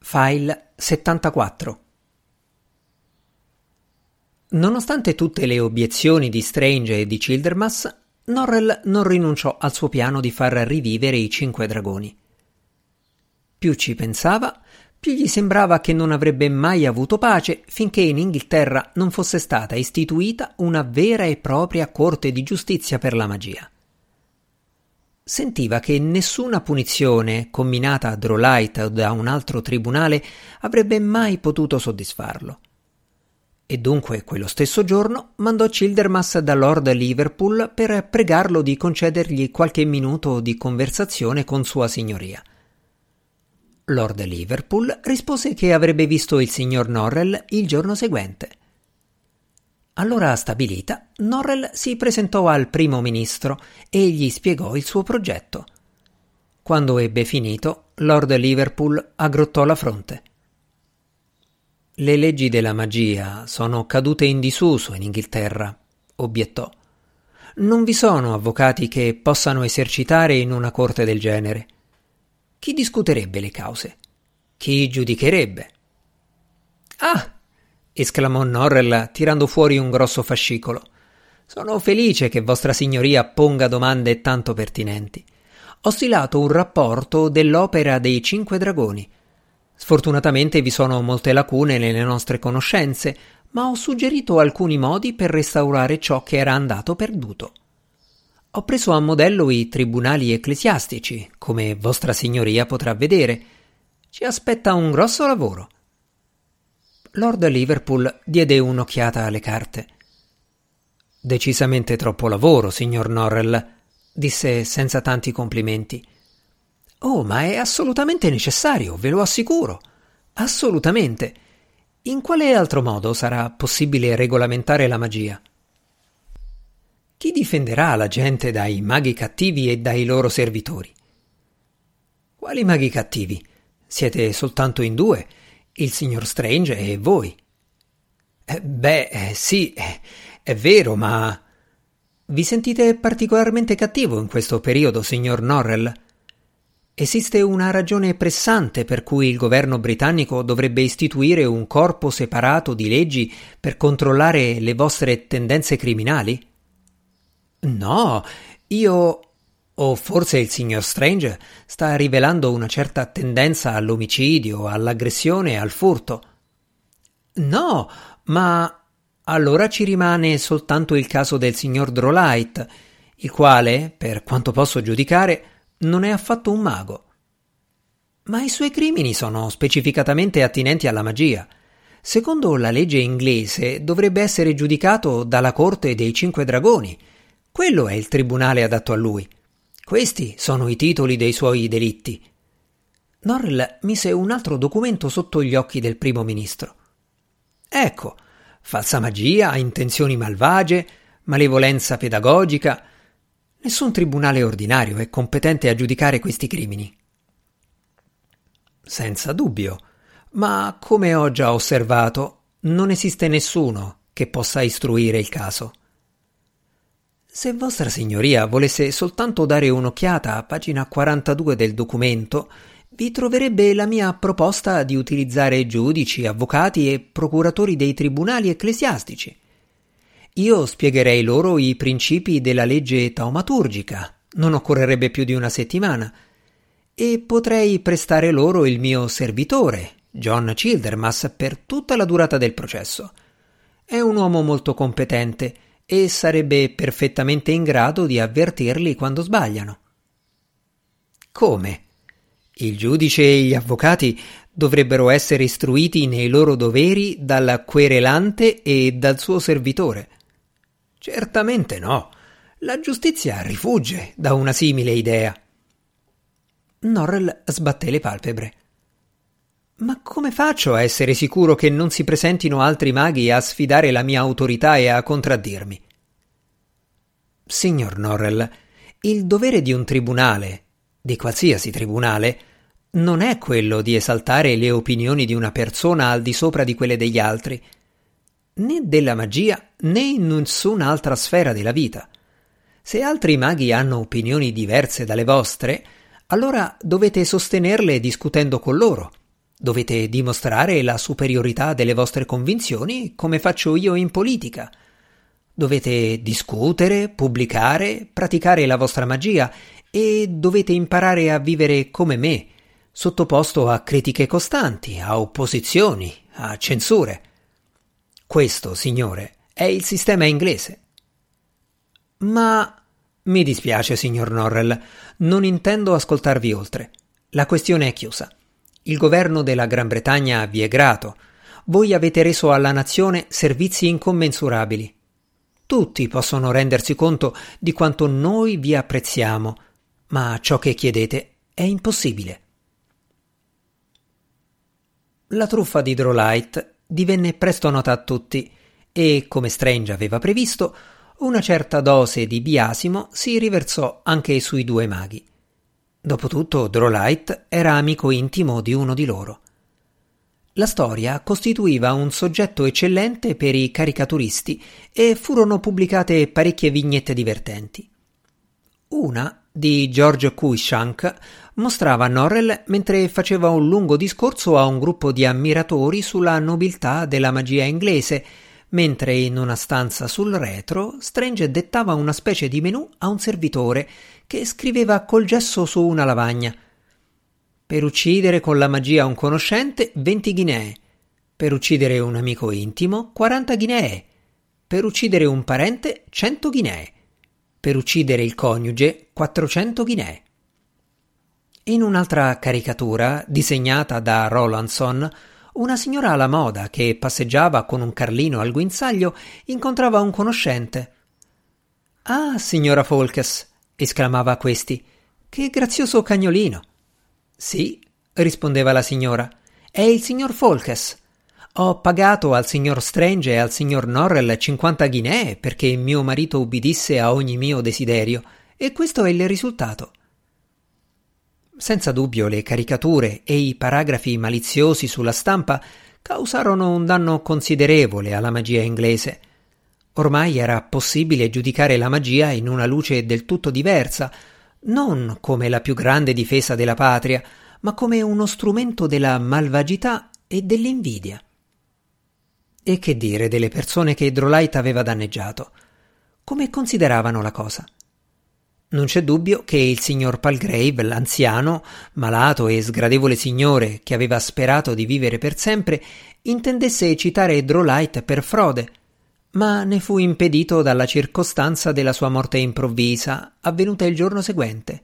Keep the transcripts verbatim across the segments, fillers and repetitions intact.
File settantaquattro. Nonostante tutte le obiezioni di Strange e di Childermas, Norrell non rinunciò al suo piano di far rivivere i cinque dragoni. Più ci pensava, più gli sembrava che non avrebbe mai avuto pace finché in Inghilterra non fosse stata istituita una vera e propria corte di giustizia per la magia. Sentiva che nessuna punizione comminata a Drolight o da un altro tribunale avrebbe mai potuto soddisfarlo. E dunque quello stesso giorno mandò Childermas da Lord Liverpool per pregarlo di concedergli qualche minuto di conversazione con sua signoria. Lord Liverpool rispose che avrebbe visto il signor Norrell il giorno seguente. All'ora stabilita, Norrell si presentò al primo ministro e gli spiegò il suo progetto. Quando ebbe finito, Lord Liverpool aggrottò la fronte. Le leggi della magia sono cadute in disuso in Inghilterra, obiettò. Non vi sono avvocati che possano esercitare in una corte del genere. Chi discuterebbe le cause? Chi giudicherebbe? Ah! Esclamò Norrell tirando fuori un grosso fascicolo. Sono felice che vostra signoria ponga domande tanto pertinenti. Ho stilato un rapporto dell'opera dei cinque dragoni. Sfortunatamente vi sono molte lacune nelle nostre conoscenze, ma ho suggerito alcuni modi per restaurare ciò che era andato perduto. Ho preso a modello i tribunali ecclesiastici, come vostra signoria potrà vedere. Ci aspetta un grosso lavoro. Lord Liverpool diede un'occhiata alle carte. Decisamente troppo lavoro, signor Norrell, disse senza tanti complimenti. Oh, ma è assolutamente necessario, ve lo assicuro. Assolutamente. In quale altro modo sarà possibile regolamentare la magia? Chi difenderà la gente dai maghi cattivi e dai loro servitori? Quali maghi cattivi? Siete soltanto in due, il signor Strange e voi. Eh, beh, eh, sì, eh, è vero, ma... Vi sentite particolarmente cattivo in questo periodo, signor Norrell? Esiste una ragione pressante per cui il governo britannico dovrebbe istituire un corpo separato di leggi per controllare le vostre tendenze criminali? No, io... O forse il signor Strange sta rivelando una certa tendenza all'omicidio, all'aggressione e al furto. No, ma allora ci rimane soltanto il caso del signor Drolight, il quale, per quanto posso giudicare, non è affatto un mago. Ma i suoi crimini sono specificatamente attinenti alla magia. Secondo la legge inglese dovrebbe essere giudicato dalla Corte dei Cinque Dragoni. Quello è il tribunale adatto a lui. Questi sono i titoli dei suoi delitti. Norrell mise un altro documento sotto gli occhi del primo ministro. Ecco, falsa magia, intenzioni malvagie, malevolenza pedagogica. Nessun tribunale ordinario è competente a giudicare questi crimini. Senza dubbio, ma come ho già osservato, non esiste nessuno che possa istruire il caso. Se vostra signoria volesse soltanto dare un'occhiata a pagina quarantadue del documento, vi troverebbe la mia proposta di utilizzare giudici, avvocati e procuratori dei tribunali ecclesiastici. Io spiegherei loro i principi della legge taumaturgica, non occorrerebbe più di una settimana, e potrei prestare loro il mio servitore, John Childermas, per tutta la durata del processo. È un uomo molto competente e sarebbe perfettamente in grado di avvertirli quando sbagliano. Come? Il giudice e gli avvocati dovrebbero essere istruiti nei loro doveri dal querelante e dal suo servitore. Certamente no. La giustizia rifugge da una simile idea. Norrell sbatté le palpebre. Ma come faccio a essere sicuro che non si presentino altri maghi a sfidare la mia autorità e a contraddirmi? Signor Norrell, il dovere di un tribunale, di qualsiasi tribunale, non è quello di esaltare le opinioni di una persona al di sopra di quelle degli altri, né della magia né in nessun'altra sfera della vita. Se altri maghi hanno opinioni diverse dalle vostre, allora dovete sostenerle discutendo con loro. Dovete dimostrare la superiorità delle vostre convinzioni come faccio io in politica. Dovete discutere, pubblicare, praticare la vostra magia e dovete imparare a vivere come me, sottoposto a critiche costanti, a opposizioni, a censure. Questo, signore, è il sistema inglese. Ma mi dispiace, signor Norrell, non intendo ascoltarvi oltre. La questione è chiusa. Il governo della Gran Bretagna vi è grato. Voi avete reso alla nazione servizi incommensurabili. Tutti possono rendersi conto di quanto noi vi apprezziamo, ma ciò che chiedete è impossibile. La truffa di Drolight divenne presto nota a tutti e, come Strange aveva previsto, una certa dose di biasimo si riversò anche sui due maghi. Dopotutto Drolight era amico intimo di uno di loro. La storia costituiva un soggetto eccellente per i caricaturisti e furono pubblicate parecchie vignette divertenti. Una, di George Cruikshank, mostrava Norrell mentre faceva un lungo discorso a un gruppo di ammiratori sulla nobiltà della magia inglese, mentre in una stanza sul retro Strange dettava una specie di menù a un servitore che scriveva col gesso su una lavagna. Per uccidere con la magia un conoscente, venti ghinee. Per uccidere un amico intimo, quaranta ghinee. Per uccidere un parente, cento ghinee. Per uccidere il coniuge, quattrocento ghinee. In un'altra caricatura, disegnata da Rowlandson, una signora alla moda che passeggiava con un carlino al guinzaglio incontrava un conoscente. «Ah, signora Folkes!» esclamava questi. «Che grazioso cagnolino!» «Sì», rispondeva la signora, «è il signor Folkes. Ho pagato al signor Strange e al signor Norrell cinquanta ghinee perché mio marito ubbidisse a ogni mio desiderio, e questo è il risultato». Senza dubbio le caricature e i paragrafi maliziosi sulla stampa causarono un danno considerevole alla magia inglese. Ormai era possibile giudicare la magia in una luce del tutto diversa, non come la più grande difesa della patria, ma come uno strumento della malvagità e dell'invidia. E che dire delle persone che Drolight aveva danneggiato? Come consideravano la cosa? Non c'è dubbio che il signor Palgrave, l'anziano, malato e sgradevole signore che aveva sperato di vivere per sempre, intendesse citare Drolight per frode, ma ne fu impedito dalla circostanza della sua morte improvvisa, avvenuta il giorno seguente.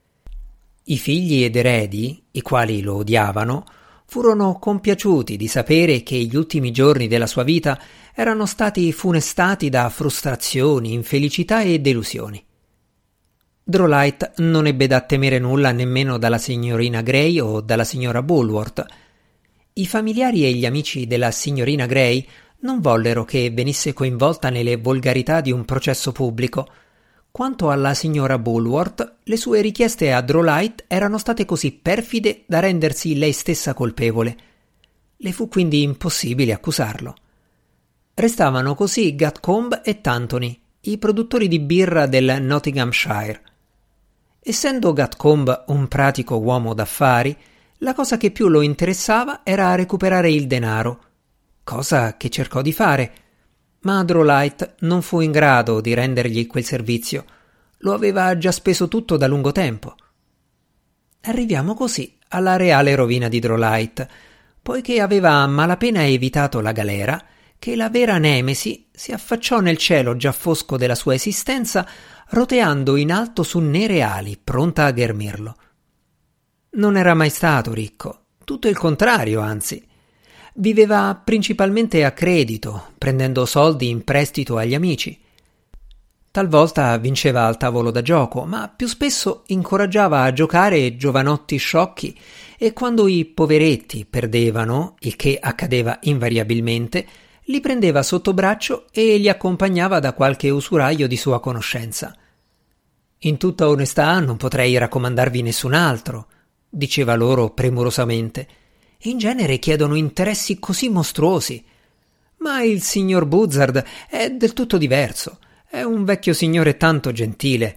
I figli ed eredi, i quali lo odiavano, furono compiaciuti di sapere che gli ultimi giorni della sua vita erano stati funestati da frustrazioni, infelicità e delusioni. Drolight non ebbe da temere nulla nemmeno dalla signorina Grey o dalla signora Bulworth. I familiari e gli amici della signorina Grey non vollero che venisse coinvolta nelle volgarità di un processo pubblico. Quanto alla signora Bulworth, le sue richieste a Drolight erano state così perfide da rendersi lei stessa colpevole. Le fu quindi impossibile accusarlo. Restavano così Gatcombe e Tantony, i produttori di birra del Nottinghamshire. Essendo Gatcombe un pratico uomo d'affari, la cosa che più lo interessava era recuperare il denaro, cosa che cercò di fare, ma Drolight non fu in grado di rendergli quel servizio. Lo aveva già speso tutto da lungo tempo. Arriviamo così alla reale rovina di Drolight, poiché aveva a malapena evitato la galera, che la vera nemesi si affacciò nel cielo già fosco della sua esistenza, roteando in alto su nere ali, pronta a ghermirlo. Non era mai stato ricco, tutto il contrario, anzi. Viveva principalmente a credito, prendendo soldi in prestito agli amici. Talvolta vinceva al tavolo da gioco, ma più spesso incoraggiava a giocare giovanotti sciocchi, e quando i poveretti perdevano, il che accadeva invariabilmente, li prendeva sotto braccio e li accompagnava da qualche usuraio di sua conoscenza. «In tutta onestà non potrei raccomandarvi nessun altro», diceva loro premurosamente. «In genere chiedono interessi così mostruosi. Ma il signor Buzzard è del tutto diverso. È un vecchio signore tanto gentile.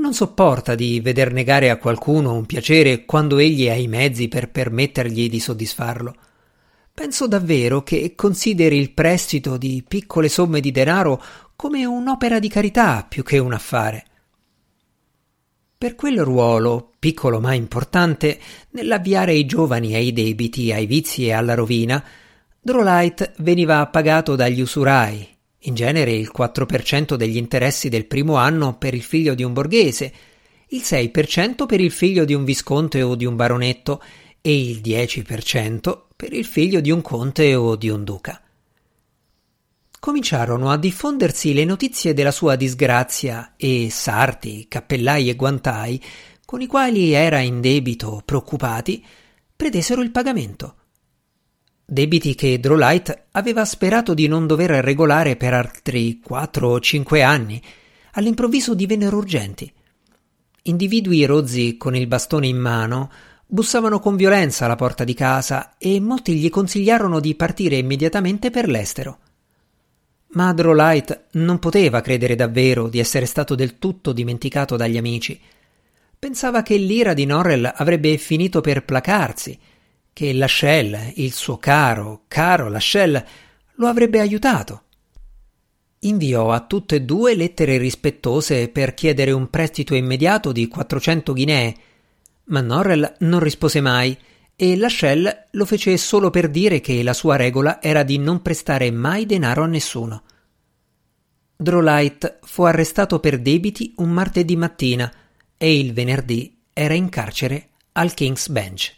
Non sopporta di veder negare a qualcuno un piacere quando egli ha i mezzi per permettergli di soddisfarlo. Penso davvero che consideri il prestito di piccole somme di denaro come un'opera di carità più che un affare. Per quel ruolo, piccolo ma importante, nell'avviare i giovani ai debiti, ai vizi e alla rovina, Drolight veniva pagato dagli usurai, in genere il quattro per cento degli interessi del primo anno per il figlio di un borghese, il sei per cento per il figlio di un visconte o di un baronetto e il dieci per cento per il figlio di un conte o di un duca. Cominciarono a diffondersi le notizie della sua disgrazia e sarti, cappellai e guantai, con i quali era in debito, preoccupati, pretesero il pagamento. Debiti che Drolight aveva sperato di non dover regolare per altri quattro o cinque anni, all'improvviso divennero urgenti. Individui rozzi con il bastone in mano bussavano con violenza alla porta di casa e molti gli consigliarono di partire immediatamente per l'estero. Ma Drolight non poteva credere davvero di essere stato del tutto dimenticato dagli amici. Pensava che l'ira di Norrell avrebbe finito per placarsi, che Lascelles, il suo caro, caro Lascelles, lo avrebbe aiutato. Inviò a tutte e due lettere rispettose per chiedere un prestito immediato di quattrocento ghinee, ma Norrell non rispose mai e Lascelles lo fece solo per dire che la sua regola era di non prestare mai denaro a nessuno. Drolight fu arrestato per debiti un martedì mattina e il venerdì era in carcere al King's Bench.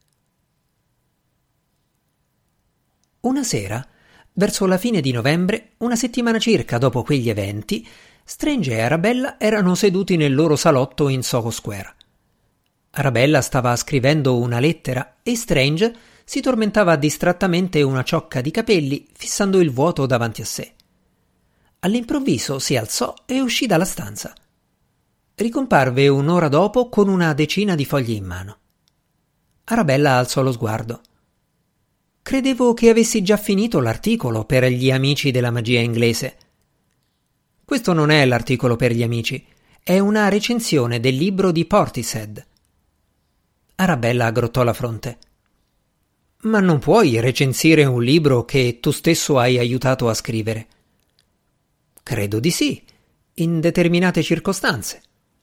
Una sera, verso la fine di novembre, una settimana circa dopo quegli eventi, Strange e Arabella erano seduti nel loro salotto in Soho Square. Arabella stava scrivendo una lettera e Strange si tormentava distrattamente una ciocca di capelli fissando il vuoto davanti a sé. All'improvviso si alzò e uscì dalla stanza. Ricomparve un'ora dopo con una decina di fogli in mano. Arabella alzò lo sguardo. «Credevo che avessi già finito l'articolo per gli amici della magia inglese». «Questo non è l'articolo per gli amici, è una recensione del libro di Portishead». Arabella aggrottò la fronte. «Ma non puoi recensire un libro che tu stesso hai aiutato a scrivere». «Credo di sì, in determinate circostanze».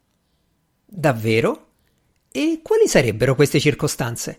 «Davvero? E quali sarebbero queste circostanze?»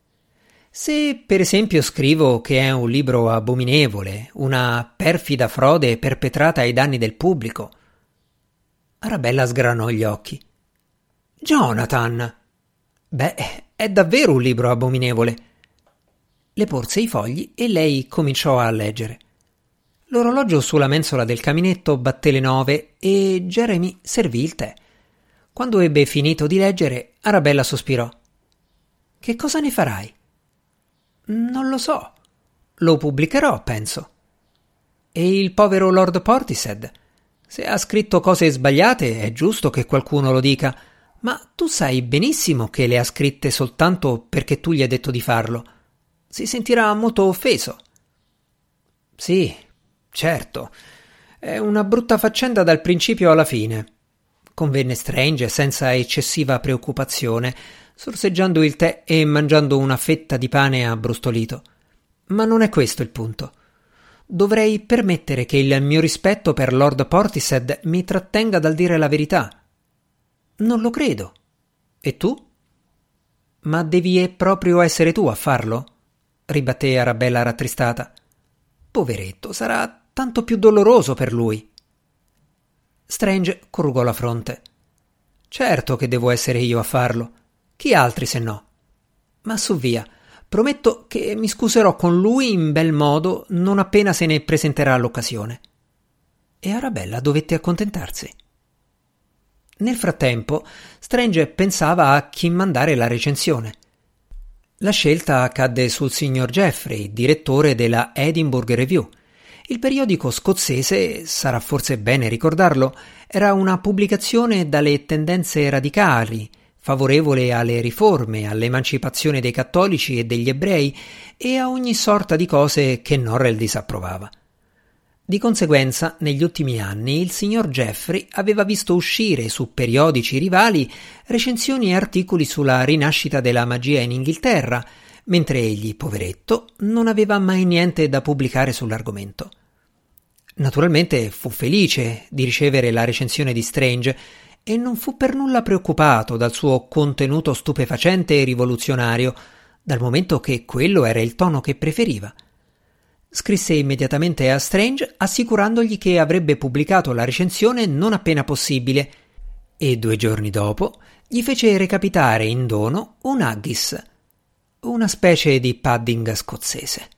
«Se per esempio scrivo che è un libro abominevole, una perfida frode perpetrata ai danni del pubblico». Arabella sgranò gli occhi. «Jonathan!» «Beh, è davvero un libro abominevole». Le porse i fogli e lei cominciò a leggere. L'orologio sulla mensola del caminetto batté le nove e Jeremy servì il tè. Quando ebbe finito di leggere, Arabella sospirò. «Che cosa ne farai?» «Non lo so. Lo pubblicherò, penso». «E il povero Lord Portishead? Se ha scritto cose sbagliate, è giusto che qualcuno lo dica. Ma tu sai benissimo che le ha scritte soltanto perché tu gli hai detto di farlo. Si sentirà molto offeso». «Sì, certo. È una brutta faccenda dal principio alla fine», convenne Strange senza eccessiva preoccupazione, sorseggiando il tè e mangiando una fetta di pane abbrustolito. «Ma non è questo il punto. Dovrei permettere che il mio rispetto per Lord Portishead mi trattenga dal dire la verità». «Non lo credo. E tu?» «Ma devi proprio essere tu a farlo?» ribatté Arabella rattristata. «Poveretto, sarà tanto più doloroso per lui». Strange corrugò la fronte. «Certo che devo essere io a farlo. Chi altri se no? Ma su via, prometto che mi scuserò con lui in bel modo non appena se ne presenterà l'occasione». E Arabella dovette accontentarsi. Nel frattempo, Strange pensava a chi mandare la recensione. La scelta cadde sul signor Geoffrey, direttore della Edinburgh Review. Il periodico scozzese, sarà forse bene ricordarlo, era una pubblicazione dalle tendenze radicali, favorevole alle riforme, all'emancipazione dei cattolici e degli ebrei e a ogni sorta di cose che Norrell disapprovava. Di conseguenza, negli ultimi anni il signor Jeffrey aveva visto uscire su periodici rivali recensioni e articoli sulla rinascita della magia in Inghilterra, mentre egli, poveretto, non aveva mai niente da pubblicare sull'argomento. Naturalmente fu felice di ricevere la recensione di Strange e non fu per nulla preoccupato dal suo contenuto stupefacente e rivoluzionario, dal momento che quello era il tono che preferiva. Scrisse immediatamente a Strange assicurandogli che avrebbe pubblicato la recensione non appena possibile e due giorni dopo gli fece recapitare in dono un haggis, una specie di pudding scozzese.